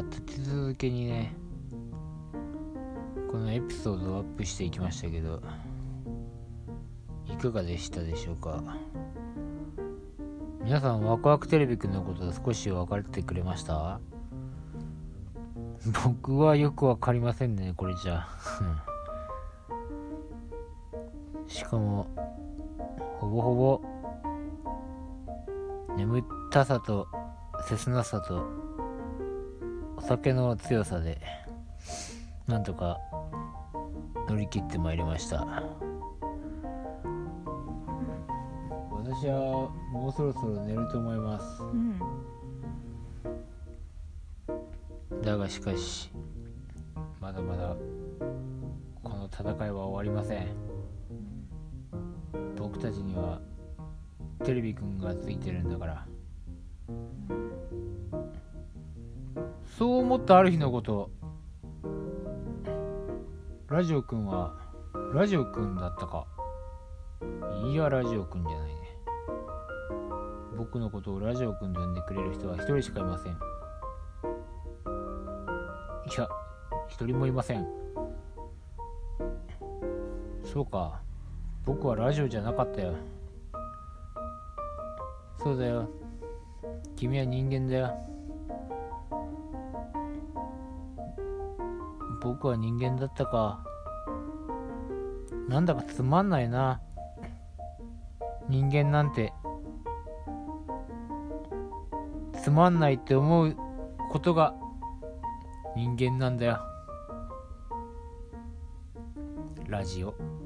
立て続けにねこのエピソードをアップしていきましたけど、いかがでしたでしょうか。皆さんワクワクテレビくんのこと少し分かってくれました？僕はよく分かりませんね、これじゃしかもほぼほぼ眠ったさと切なさとお酒の強さでなんとか乗り切ってまいりました。私はもうそろそろ寝ると思います、だがしかしまだまだこの戦いは終わりません。僕たちにはテレビくんがついてるんだから。そう思ったある日のこと、ラジオくんはラジオくんだったか。いや、ラジオくんじゃないね。僕のことをラジオくんと呼んでくれる人は一人しかいません。いや、一人もいません。そうか、僕はラジオじゃなかったよ。そうだよ、君は人間だよ。僕は人間だったか。なんだかつまんないな、人間なんて。つまんないって思うことが人間なんだよ。ラジオ。